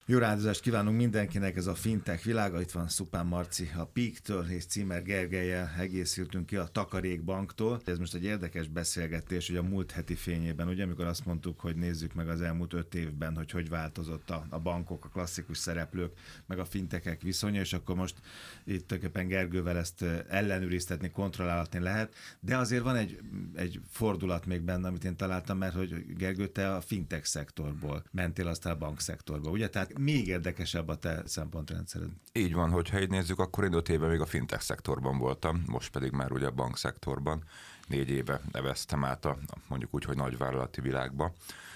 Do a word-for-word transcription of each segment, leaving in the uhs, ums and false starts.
Jó rádozást kívánunk mindenkinek, ez a fintech világa, itt van Szupán Marci a Peak-től, és Címer Gergellyel egészültünk ki a Takarékbanktól. Ez most egy érdekes beszélgetés, hogy a múlt heti fényében, ugye, amikor azt mondtuk, hogy nézzük meg az elmúlt öt évben, hogy hogy változott a, a bankok, a klasszikus szereplők, meg a fintechek viszonya, és akkor most itt tulajdonképpen Gergővel ezt ellenőriztetni, kontrollálni lehet, de azért van egy, egy fordulat még benne, amit én találtam, mert hogy Gergő, te a fintech szektorból mentél aztán a bankszektorba, ugye? Tehát még érdekesebb a te szempontrendszered. Így van, hogyha így nézzük, akkor én öt éve még a fintech szektorban voltam, most pedig már ugye a bankszektorban. Négy éve neveztem át a mondjuk úgy, hogy nagyvállalati világba,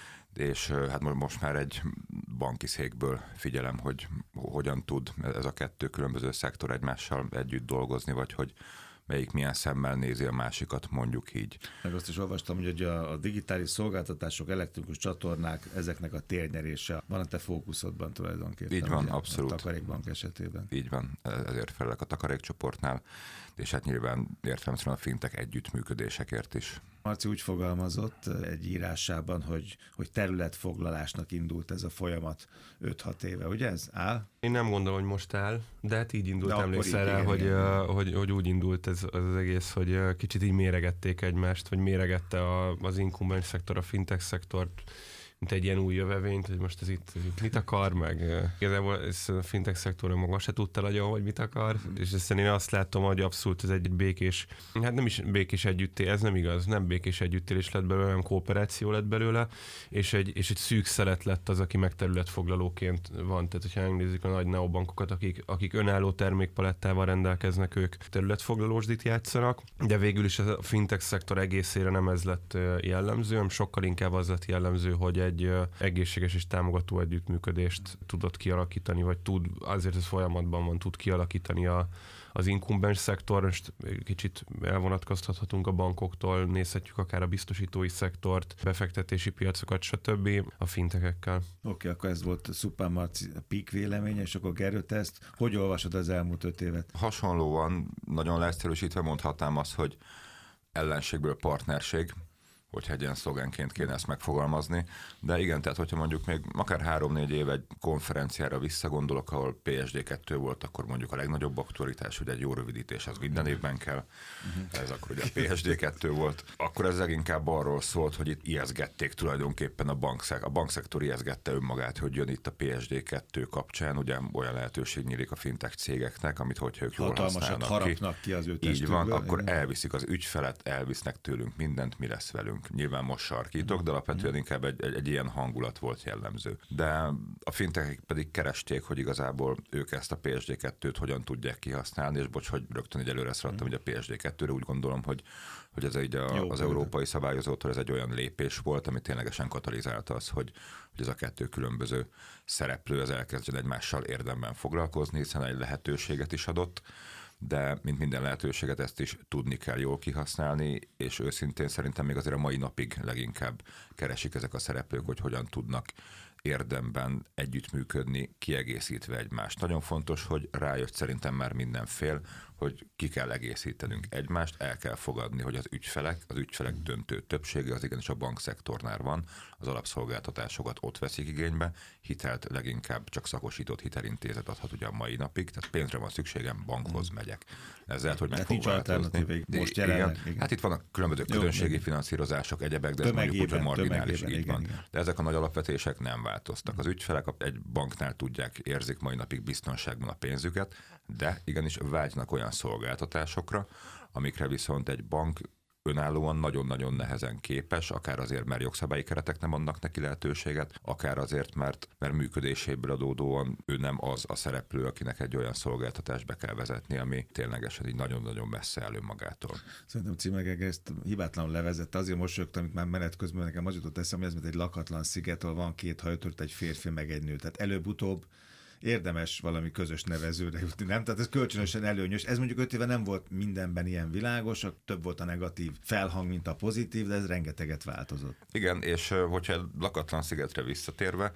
és hát most már egy banki székből figyelem, hogy hogyan tud ez a kettő különböző szektor egymással együtt dolgozni, vagy hogy melyik milyen szemmel nézi a másikat, mondjuk így. Meg azt is olvastam, hogy a, a digitális szolgáltatások, elektronikus csatornák, ezeknek a térnyerése van a te fókuszodban tulajdonképpen. Így van, abszolút. A Takarékbank esetében. Így van, ezért felelek a Takarékcsoportnál, és hát nyilván értelemszerűen a fintech együttműködésekért is. Marci úgy fogalmazott egy írásában, hogy, hogy területfoglalásnak indult ez a folyamat öt-hat éve, ugye ez áll? Én nem gondolom, hogy most áll, de hát így indult, de emlékszel rá, hogy, uh, hogy, hogy úgy indult ez az, az egész, hogy uh, kicsit így méregették egymást, vagy méregette a, az inkumbens szektor, a fintech szektort, mint egy ilyen új jövevényt, hogy most ez itt, ez itt mit akar, meg igazából ez a fintech szektorban maga se tudta nagyon, hogy mit akar, és ezt én azt látom, hogy abszolút ez egy békés, hát nem is békés együttélés, ez nem igaz, nem békés együttélés lett belőle, hanem kooperáció lett belőle, és egy, és egy szűk szelet lett az, aki meg területfoglalóként van. Tehát, hogyha megnézzük a nagy neobankokat, akik, akik önálló termékpalettával rendelkeznek, ők területfoglalósdit játszanak, de végül is a fintech szektor egészére nem ez lett jellemző, hanem sokkal inkább az lett jellemző, hogy egy egy egészséges és támogató együttműködést tudott kialakítani, vagy tud, azért ez folyamatban van, tud kialakítani a, az inkumbens szektor, most kicsit elvonatkoztathatunk a bankoktól, nézhetjük akár a biztosítói szektort, befektetési piacokat, stb. A fintechekkel. Oké, okay, akkor ez volt Szupán Marci a Peak véleménye, és akkor Gerő, te ezt hogy olvasod az elmúlt öt évet? Hasonlóan, nagyon leegyszerűsítve mondhatnám azt, hogy ellenségből partnerség, hogyha egy ilyen szlogánként kéne ezt megfogalmazni. De igen, tehát hogyha mondjuk még akár három-négy év egy konferenciára visszagondolok, ahol pé es dé kettő volt, akkor mondjuk a legnagyobb aktualitás, hogy egy jó rövidítés az minden évben kell. Ez akkor ugye a pé es dé kettő volt. Akkor ez leginkább arról szólt, hogy itt ijeszgették tulajdonképpen a bankszektor. A bankszektor ijeszgette önmagát, hogy jön itt a pé es dé kettő kapcsán, ugye olyan lehetőség nyílik a fintech cégeknek, amit hogyha ők jól használnak harapnak ki, ki az ő így van, akkor igen. Elviszik az ügyfelet, elvisznek tőlünk mindent, mi lesz velünk. Nyilván most sarkítok, de alapvetően inkább egy, egy, egy ilyen hangulat volt jellemző. De a fintechek pedig keresték, hogy igazából ők ezt a pé es dé kettőt hogyan tudják kihasználni, és bocs, hogy rögtön egy előre szaladtam, hogy a pé es dé kettőre úgy gondolom, hogy, hogy ez egy a, az európai szabályozótól ez egy olyan lépés volt, ami ténylegesen katalizálta az, hogy, hogy ez a kettő különböző szereplő az elkezdjen egymással érdemben foglalkozni, hiszen egy lehetőséget is adott, de mint minden lehetőséget ezt is tudni kell jól kihasználni, és őszintén szerintem még azért a mai napig leginkább keresik ezek a szereplők, hogy hogyan tudnak érdemben együttműködni, kiegészítve egymást. Nagyon fontos, hogy rájött szerintem már minden fél, hogy ki kell egészítenünk egymást, el kell fogadni, hogy az ügyfelek, az ügyfelek döntő többsége az igenis a bankszektornál van, az alapszolgáltatásokat ott veszik igénybe, hitelt leginkább csak szakosított hitelintézet adhat ugye a mai napig, tehát pénzre van szükségem, bankhoz megyek. Ez lehet, hogy meg fog változni. Most jelenleg, igen. Hát itt vannak különböző közönségi finanszírozások, egyebek, de ez mondjuk úgy, hogy marginális, így igen, van. Igen. De ezek a nagy alapvetések nem változtak. Az ügyfelek egy banknál tudják, érzik mai napig biztonságban a pénzüket, de igenis vágynak olyan szolgáltatásokra, amikre viszont egy bank önállóan nagyon-nagyon nehezen képes, akár azért, mert jogszabályi keretek nem adnak neki lehetőséget, akár azért, mert, mert működéséből adódóan ő nem az a szereplő, akinek egy olyan szolgáltatást be kell vezetni, ami ténylegesen így nagyon-nagyon messze áll önmagától. Szerintem Címer ezt hibátlanul levezette, azért mosolyogtam, amit már menet közben nekem az jutott eszembe, ez mint egy lakatlan sziget, ahol van két hajtót, egy férfi meg egy nő. Tehát előbb-utóbb érdemes valami közös nevezőre jutni, nem? Tehát ez kölcsönösen előnyös. Ez mondjuk öt éve nem volt mindenben ilyen világos, több volt a negatív felhang, mint a pozitív, de ez rengeteget változott. Igen, és hogyha lakatlan szigetre visszatérve,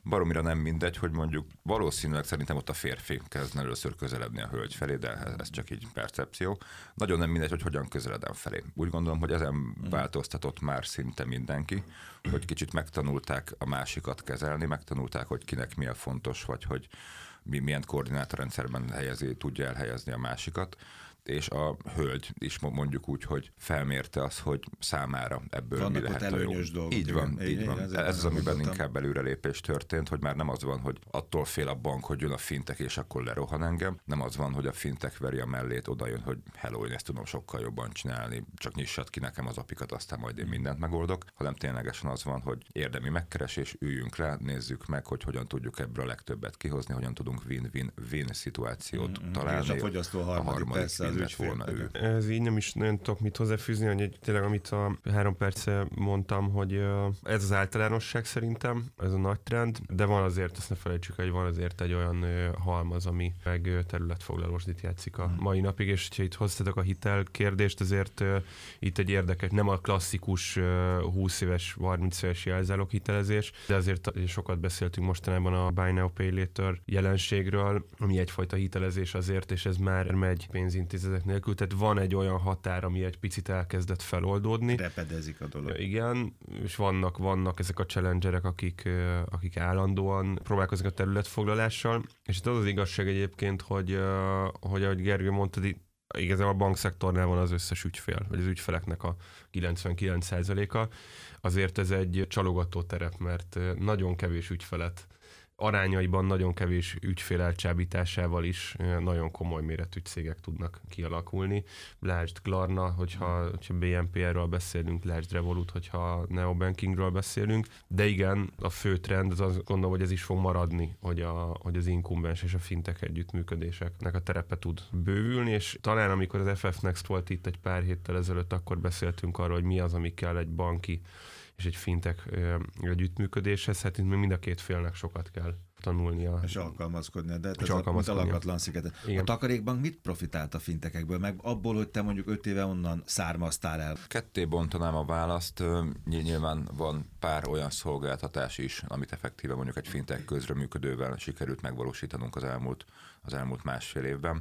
baromira nem mindegy, hogy mondjuk valószínűleg szerintem ott a férfi kezdne először közeledni a hölgy felé, de ez csak így percepció. Nagyon nem mindegy, hogy hogyan közeledem felé. Úgy gondolom, hogy ezen változtatott már szinte mindenki, hogy kicsit megtanulták a másikat kezelni, megtanulták, hogy kinek mi a fontos, vagy hogy milyen koordinátorrendszerben helyezi, tudja elhelyezni a másikat, és a hölgy is mondjuk úgy, hogy felmérte azt, hogy számára ebből vannak mi lehet a jó. Dolgok, így van, igen. így van. Igen, Ez az, amiben mondottam. inkább előrelépés történt, hogy már nem az van, hogy attól fél a bank, hogy jön a fintech, és akkor lerohan engem. Nem az van, hogy a fintech veri a mellét, oda jön, hogy hello, én ezt tudom sokkal jobban csinálni, csak nyissad ki nekem az apikat, aztán majd én mindent megoldok, hanem ténylegesen az van, hogy érdemi megkeresés, üljünk rá, nézzük meg, hogy hogyan tudjuk ebből a legtöbbet kihozni, hogyan tudunk win-win-win szituációt mm-hmm. találni. És a fogyasztó harmadik, a harmadik persze az ügyfél. Volna ő. Ez így nem is nagyon tudok mit hozzáfűzni, hogy tényleg amit a három perce mondtam, hogy ez az általánosság szerintem, ez a nagy trend, de van azért, ezt ne felejtsük, hogy van azért egy olyan halmaz, ami meg területfoglalósdit játszik a mai napig, és ha itt hoztatok a hitel kérdést, azért itt egy érdekes, nem a klasszikus húsz éves, harminc éves jelzálog hitelezés, de azért sokat beszéltünk mostanában a Buy Now Pay Later jelenségről, ami egyfajta hitelezés azért, és ez már megy pénzintézetek nélkül, tehát van egy olyan határ, ami egy picit elkezdett feloldódni. Repedezik a dolog. Igen, és vannak, vannak ezek a challengerek, akik, akik állandóan próbálkoznak a területfoglalással, és itt az az igazság egyébként, hogy, hogy ahogy Gergő mondta, igazából a bankszektornál van az összes ügyfél, vagy az ügyfeleknek a kilencvenkilenc százaléka. Azért ez egy csalogató terep, mert nagyon kevés ügyfelet arányaiban nagyon kevés ügyfél elcsábításával is nagyon komoly méretű cégek tudnak kialakulni. Lásd Klarna, hogyha, hogyha bé en pé erről beszélünk, lásd Revolut, hogyha neobankingről beszélünk, de igen, a fő trend az azt gondolom, hogy ez is fog maradni, hogy, a, hogy az inkumbens és a fintech együttműködéseknek a terepe tud bővülni, és talán amikor az ef ef Next volt itt egy pár héttel ezelőtt, akkor beszéltünk arról, hogy mi az, ami kell egy banki és egy fintech együttműködéshez, hát itt még mind a két félnek sokat kell tanulnia. És alkalmazkodnia, de és ez alkalmazkodnia. A lakatlan szigetet. A Takarékbank mit profitált a fintekekből, meg abból, hogy te mondjuk öt éve onnan származtál el? Ketté bontanám a választ. Nyilván van pár olyan szolgáltatás is, amit effektíve mondjuk egy fintech közreműködővel sikerült megvalósítanunk az elmúlt, az elmúlt másfél évben.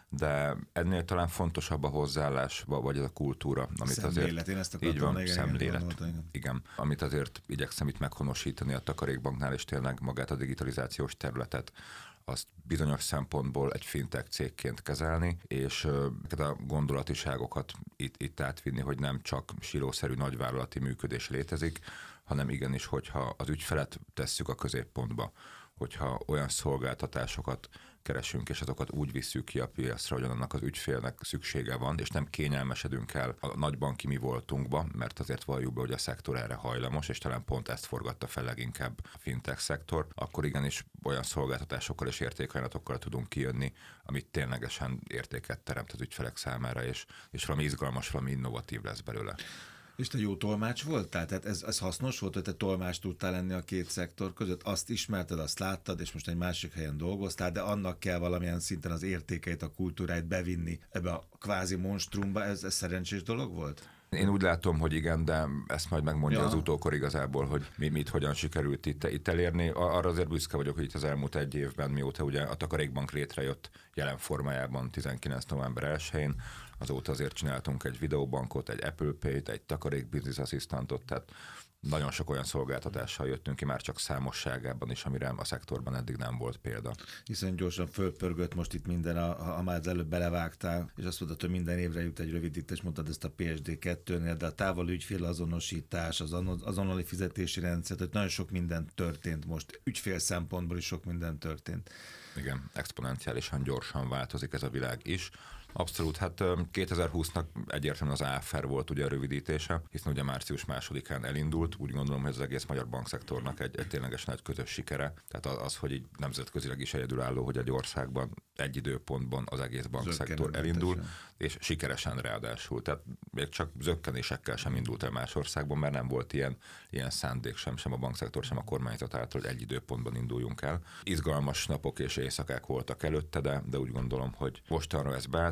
De ennél talán fontosabb a hozzáállás, vagy ez a kultúra, amit szemlélet, azért... Én ezt így van, igen, szemlélet. Gondolta, igen. igen. Amit azért igyekszem itt meghonosítani a Takarékbanknál, és tényleg magát a digitalizációs területet, azt bizonyos szempontból egy fintech cégként kezelni, és a gondolatiságokat itt, itt átvinni, hogy nem csak silószerű nagyvállalati működés létezik, hanem igenis, hogyha az ügyfelet tesszük a középpontba, hogyha olyan szolgáltatásokat keresünk, és azokat úgy visszük ki a piacra, hogy annak az ügyfélnek szüksége van, és nem kényelmesedünk el a nagybanki mi voltunkba, mert azért valljuk be, hogy a szektor erre hajlamos, és talán pont ezt forgatta fel leginkább a fintech szektor, akkor igenis olyan szolgáltatásokkal és értékajánlatokkal tudunk kijönni, amit ténylegesen értéket teremt az ügyfelek számára, és, és valami izgalmas, valami innovatív lesz belőle. És te jó tolmács voltál? Tehát ez, ez hasznos volt, hogy te tolmács tudtál lenni a két szektor között? Azt ismerted, azt láttad, és most egy másik helyen dolgoztál, de annak kell valamilyen szinten az értékeit, a kultúráit bevinni ebbe a kvázi monstrumba. Ez, ez szerencsés dolog volt? Én úgy látom, hogy igen, de ezt majd megmondja ja. az utókor igazából, hogy mi, mit, hogyan sikerült itt, itt elérni. Arra azért büszke vagyok, hogy itt az elmúlt egy évben, mióta ugye a Takarékbank létrejött jelen formájában tizenkilenc november elsején, azóta azért csináltunk egy videóbankot, egy Apple Pay-t, egy Takarék Business Assistantot, tehát nagyon sok olyan szolgáltatással jöttünk ki, már csak számosságában is, amire a szektorban eddig nem volt példa. Hiszen gyorsan fölpörgött most itt minden, a, a már az előbb belevágtál, és azt mondtad, hogy minden évre jut egy rövidítés, mondtad ezt a pé es dé kettőnél, de a távoli ügyfélazonosítás, az azonnali fizetési rendszer, hogy nagyon sok minden történt most, ügyfél szempontból is sok minden történt. Igen, exponenciálisan gyorsan változik ez a világ is. Abszolút, hát kétezer-húsznak egyértelműen az áfer volt ugye a rövidítése, hiszen ugye március másodikán elindult, úgy gondolom, hogy az egész magyar bankszektornak egy, egy ténylegesen egy közös sikere. Tehát az, hogy így nemzetközileg is egyedülálló, hogy egy országban egy időpontban az egész bankszektor elindul, és sikeresen ráadásul. Tehát még csak zökkenésekkel sem indult el más országban, mert nem volt ilyen, ilyen szándék sem, sem a bankszektor, sem a kormányzat által, hogy egy időpontban induljunk el. Izgalmas napok és éjszakák voltak előtte, de, de úgy gondolom, hogy mostanra ez beállt,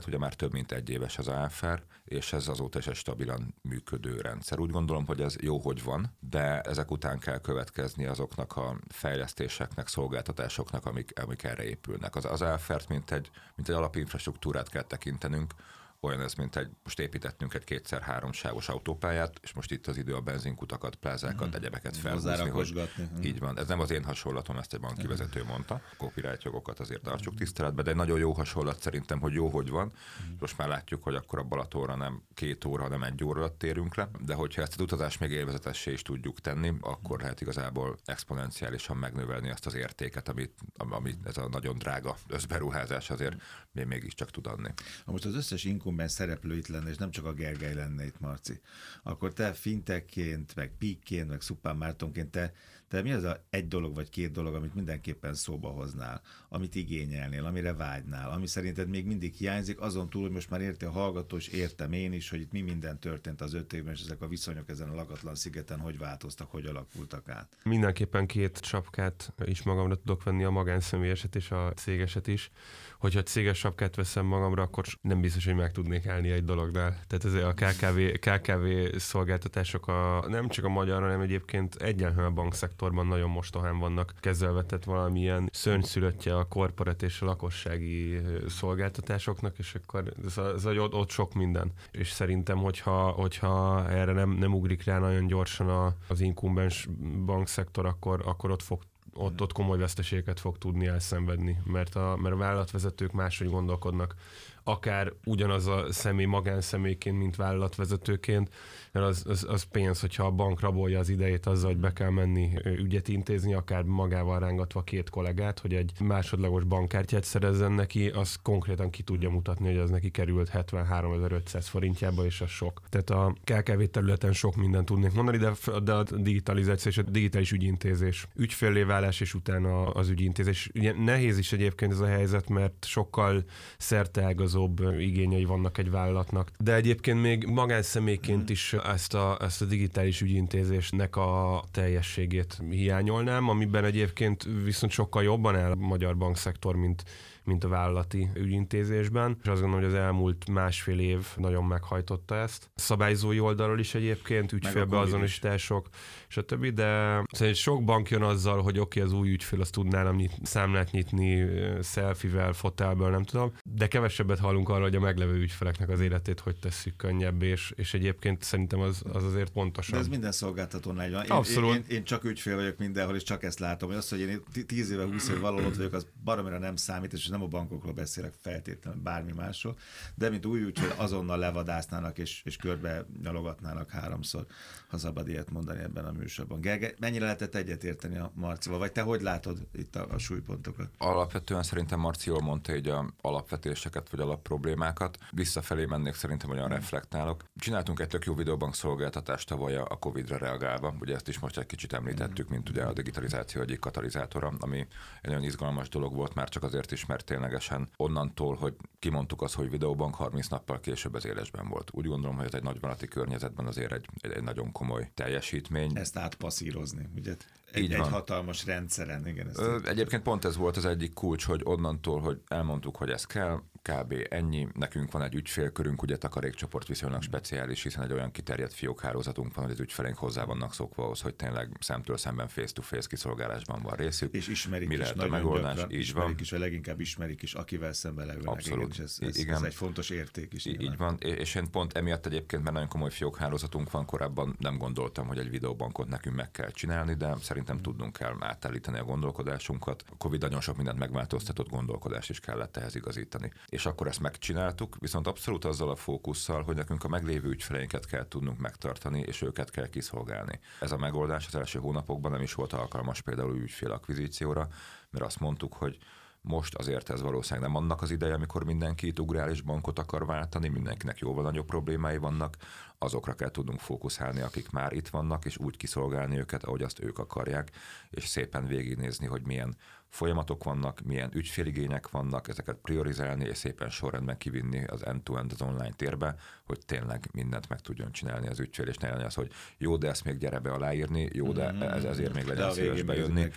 ugye már több mint egy éves az á ef er, és ez azóta is egy stabilan működő rendszer. Úgy gondolom, hogy ez jó, hogy van, de ezek után kell következni azoknak a fejlesztéseknek, szolgáltatásoknak, amik, amik erre épülnek. Az, az á ef er-t mint egy, mint egy alapinfrastruktúrát kell tekintenünk, olyan ez, mint egy, most építettünk egy kétszer-három sávos autópályát, és most itt az idő a benzinkutakat, plázákat, mm-hmm. egyebeket felhúzni, hogy így van. Ez nem az én hasonlatom, ezt egy banki vezető mondta. Copyright jogokat azért tartsuk tiszteletbe, de egy nagyon jó hasonlat szerintem, hogy jó, hogy van. Mm-hmm. Most már látjuk, hogy akkor a Balatonra nem két óra, hanem egy óra alatt térünk le, de hogyha ezt az utazást még élvezetessé is tudjuk tenni, akkor lehet igazából exponenciálisan megnövelni azt az értéket, amit, amit ez a nagyon drága összberuházás azért még mégiscsak tud adni. Most az összes inkumbens szereplő itt lenne, és nem csak a Gergely lenne itt, Marci, akkor te fintechként, meg peakként, meg Szupán Mártonként, te, te mi az a egy dolog vagy két dolog, amit mindenképpen szóba hoznál, amit igényelnél, amire vágynál, ami szerinted még mindig hiányzik, azon túl, hogy most már érti a hallgató, és értem én is, hogy itt mi minden történt az öt évben, és ezek a viszonyok ezen a lakatlan szigeten hogy változtak, hogy alakultak át. Mindenképpen két sapkát is magamra tudok venni, a magánszemélyeset és a cégeset is. Hogyha céges sapkát veszem magamra, akkor nem biztos, hogy meg tudnék állni egy dolognál. Tehát ez a ká ká vé, ká ká vé szolgáltatások a, nem csak a magyar, hanem egyébként egyenlően a bankszektorban nagyon mostohán vannak kezelve, tehát valamilyen szörnyszülöttje a korporát és a lakossági szolgáltatásoknak, és akkor ez, ez, ez ott, ott sok minden. És szerintem, hogyha, hogyha erre nem, nem ugrik rá nagyon gyorsan a, az inkumbens bankszektor, akkor, akkor ott fog Ott, ott komoly veszteségeket fog tudni elszenvedni, mert a, mert a vállalatvezetők máshogy gondolkodnak. Akár ugyanaz a személy magánszemélyként, mint vállalatvezetőként, mert az, az, az pénz, hogyha a bank rabolja az idejét azzal, hogy be kell menni ügyet intézni, akár magával rángatva két kollégát, hogy egy másodlagos bankkártyát szerezzen neki, az konkrétan ki tudja mutatni, hogy az neki került hetvenháromezer-ötszáz forintjába, és az sok. Tehát a ká ká vé területen sok mindent tudnék mondani, de, de a digitalizáció és a digitális ügyintézés, ügyféllé válás és utána az ügyintézés. Ugye nehéz is egyébként ez a helyzet, mert sokkal szerteágazó igényei vannak egy vállalatnak. De egyébként még magánszemélyként is ezt a, ezt a digitális ügyintézésnek a teljességét hiányolnám, amiben egyébként viszont sokkal jobban áll a magyar bankszektor, mint mint a vállalati ügyintézésben, és azt gondolom, hogy az elmúlt másfél év nagyon meghajtotta ezt. Szabályzói oldalról is egyébként, ügyfélbeazonosítások, stb. De szerintem sok bank jön azzal, hogy oké, okay, az új ügyfél, azt tud nálam nyit, számlát nyitni, selfie-vel, fotelből, nem tudom, de kevesebbet hallunk arról, hogy a meglevő ügyfeleknek az életét hogy tesszük könnyebb, és, és egyébként szerintem az, az azért pontosabb. De ez minden szolgáltatónál van. Én, Abszolút. Én, én, én csak ügyfél vagyok mindenhol, és csak ezt látom, hogy az, hogy én tíz éve, húsz éve valahol ott vagyok, az baromira nem számít, és nem a bankokról beszélek feltétlenül, bármi másról, de mint új ügyfél azonnal levadásznának és, és körbe nyalogatnának háromszor, ha szabad ilyet mondani ebben a műsorban. Gergely, mennyire lehetett egyetérteni a Marcival, vagy te hogy látod itt a, a súlypontokat? Alapvetően szerintem Marci jól mondta így a alapvetéseket, vagy alapproblémákat. Visszafelé mennék, szerintem olyan reflektálok. Csináltunk egy tök jó videóbank szolgáltatást tavaly a Covidra reagálva, ugye ezt is most egy kicsit említettük, mint ugye a digitalizáció egyik katalizátora, ami egy nagyon izgalmas dolog volt, már csak azért is, mert ténylegesen onnantól, hogy kimondtuk azt, hogy videóbank, harminc nappal később az élesben volt. Úgy gondolom, hogy ez egy nagyvállalati környezetben azért egy, egy, egy nagyon komoly teljesítmény. Ezt átpasszírozni, ugye? Egy, egy hatalmas rendszeren, igen. Ezt Ö, egyébként pont ez volt az egyik kulcs, hogy onnantól, hogy elmondtuk, hogy ez kell, kb. Ennyi. Nekünk van egy ügyfélkörünk, ugye takarékcsoport viszonylag speciális, hiszen egy olyan kiterjedt fiókhálózatunk van, hogy az ügyfeleink hozzá vannak szokva ahhoz, hogy tényleg szemtől szemben face-to-face kiszolgálásban van részük. És ismerik Mi is, lehet a megoldás, gyakran, így ismerik van. is, vagy leginkább ismerik is, akivel szemben leülnek. Abszolút. Igen, és ez, ez, igen. ez egy fontos érték is. Így van, és én pont emiatt egyébként, mert nagyon komoly fiókhálózatunk van, korábban nem gondoltam, hogy egy videóbankot nekünk meg kell csinálni, de szerintem hmm. tudnunk kell átállítani a gondolkodásunkat. A Covid nagyon sok mindent megváltoztatott, gondolkodást is kellett ehhez igazítani. És akkor ezt megcsináltuk, viszont abszolút azzal a fókusszal, hogy nekünk a meglévő ügyfeleinket kell tudnunk megtartani, és őket kell kiszolgálni. Ez a megoldás az első hónapokban nem is volt alkalmas például ügyfélakvizícióra, mert azt mondtuk, hogy most azért ez valószínűleg nem annak az ideje, amikor mindenki itt ugrál és bankot akar váltani, mindenkinek jóval nagyobb problémái vannak, azokra kell tudnunk fókuszálni, akik már itt vannak, és úgy kiszolgálni őket, ahogy azt ők akarják, és szépen végignézni, hogy milyen folyamatok vannak, milyen ügyféligények vannak, ezeket priorizálni és szépen sorrendben kivinni az end-to-end az online térbe, hogy tényleg mindent meg tudjon csinálni az ügyfél, és ne legyen az, hogy jó, de ezt még gyere be aláírni, jó, de ez, ezért még legyen szíves bejönni.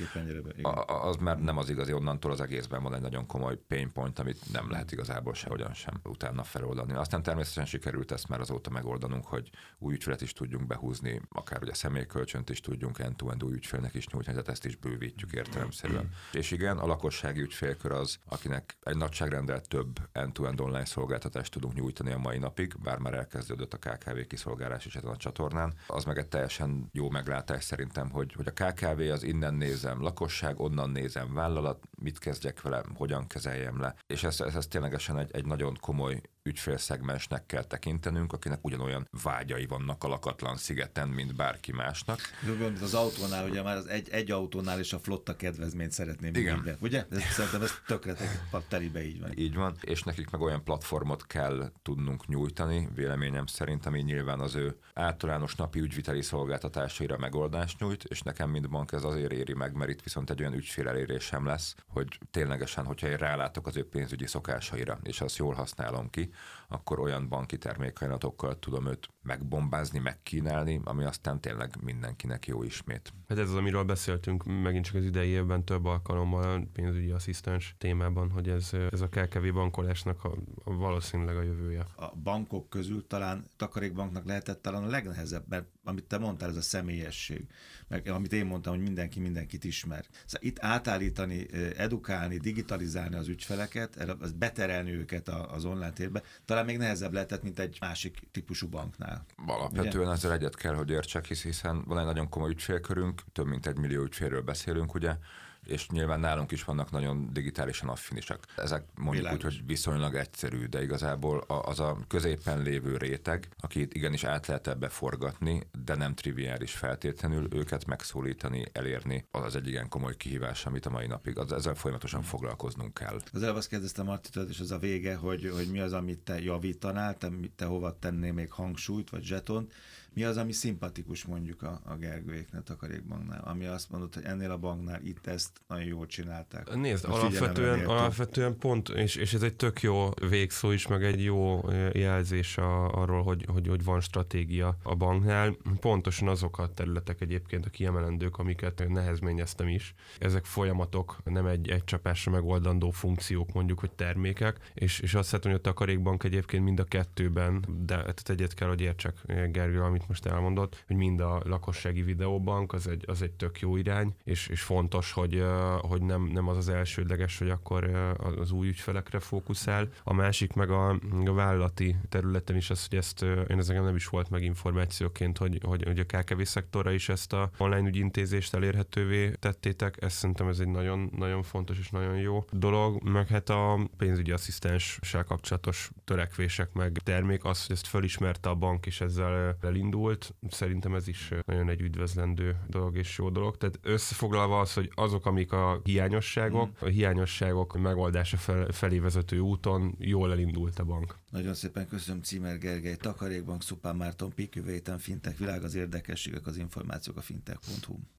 A, az már nem az igazi, onnantól az egészben van egy nagyon komoly pain point, amit nem lehet igazából sehogyan sem utána feloldani. Aztán természetesen sikerült ezt már azóta megoldanunk, hogy új ügyfelet is tudjunk behúzni, akár ugye személykölcsönt is tudjunk end-to-end új ügyfélnek is nyújtani, tehát ezt is bővítjük értelemszerűen. És igen, a lakossági ügyfélkör az, akinek egy nagyságrendel több end-to-end online szolgáltatást tudunk nyújtani a mai napig, bár már elkezdődött a ká ká vé kiszolgálás is ezen a csatornán. Az meg egy teljesen jó meglátás szerintem, hogy, hogy a ká ká vé az innen nézem lakosság, onnan nézem vállalat, mit kezdjek vele, hogyan kezeljem le. És ez, ez, ez ténylegesen egy, egy nagyon komoly ügyfélszegmensnek kell tekintenünk, akinek ugyanolyan vágyai vannak a lakatlan szigeten, mint bárki másnak. Az autónál, ugye már az egy, egy autónál is a flotta kedvezményt szeretném. Igen. Minden, ugye? Ez, szerintem ez tökre telibe így van. Így van, és nekik meg olyan platformot kell tudnunk nyújtani, véleményem szerint, ami nyilván az ő általános napi ügyviteli szolgáltatásaira megoldást nyújt, és nekem, mint bank, ez azért éri meg, mert itt viszont egy olyan ügyfélelérésem lesz, hogy ténylegesen, hogyha én rálátok az ő pénzügyi szokásaira, és azt jól használom ki, akkor olyan banki termékajánlatokkal tudom őt megbombázni, megkínálni, ami aztán tényleg mindenkinek jó ismét. Hát ez az, amiről beszéltünk megint csak az idei évben több alkalommal pénzügyi asszisztens témában, hogy ez, ez a ká ká vé bankolásnak a, a valószínűleg a jövője. A bankok közül talán Takarékbanknak lehetett talán a legnehezebb, mert amit te mondtál, ez a személyesség, meg amit én mondtam, hogy mindenki mindenkit ismer. Szóval itt átállítani, edukálni, digitalizálni az ügyfeleket, beterelni őket az online térbe, talán még nehezebb lehetett, mint egy másik típusú banknál. Alapvetően ugye? Ezzel egyet kell, hogy értsek, hiszen van egy nagyon komoly ügyfélkörünk, több mint egy millió ügyfélről beszélünk, ugye, és nyilván nálunk is vannak nagyon digitálisan affinisak. Ezek mondjuk Világos. Úgy, hogy viszonylag egyszerű, de igazából az a középen lévő réteg, akit igenis át lehet ebbe forgatni, de nem triviális feltétlenül őket megszólítani, elérni, az az egy igen komoly kihívás, amit a mai napig, az, ezzel folyamatosan foglalkoznunk kell. Az előbb azt kérdeztem Martitől, és az a vége, hogy, hogy mi az, amit te javítanál, te, te hova tennél még hangsúlyt, vagy zsetont, mi az, ami szimpatikus mondjuk a, a Gergőéknél, Takarékbanknál, ami azt mondod, hogy ennél a banknál itt ezt nagyon jól csinálták. Nézd, alapvetően, alapvetően pont, és, és ez egy tök jó végszó is, meg egy jó jelzés a, arról, hogy, hogy, hogy van stratégia a banknál. Pontosan azok a területek egyébként a kiemelendők, amiket nehezményeztem is. Ezek folyamatok, nem egy, egy csapásra megoldandó funkciók, mondjuk, hogy termékek, és, és azt hiszem, hogy a Takarékbank egyébként mind a kettőben, de tehát egyet kell, hogy értsek, Gergő, amit most elmondott, hogy mind a lakossági videóbank, az egy, az egy tök jó irány, és, és fontos, hogy, hogy nem, nem az az elsődleges, hogy akkor az új ügyfelekre fókuszál. A másik meg a, a vállalati területen is az, hogy ezt, én ezeken nem is volt meg információként, hogy, hogy, hogy a ká ká vé szektorra is ezt a online ügyintézést elérhetővé tettétek. Ez szerintem ez egy nagyon, nagyon fontos és nagyon jó dolog. Meg hát a pénzügyi asszisztenssel kapcsolatos törekvések, meg termék, az, hogy ezt fölismerte a bank, és ezzel elindult. Szerintem ez is nagyon egy üdvözlendő dolog és jó dolog. Tehát összefoglalva az, hogy azok, amik a hiányosságok, a hiányosságok megoldása fel, felé vezető úton jól elindult a bank. Nagyon szépen köszönöm Címer Gergely, Takarékbank, Szupán Márton, pé ká vé Fintech Világ, az érdekességek, az információk a fintech pont hu.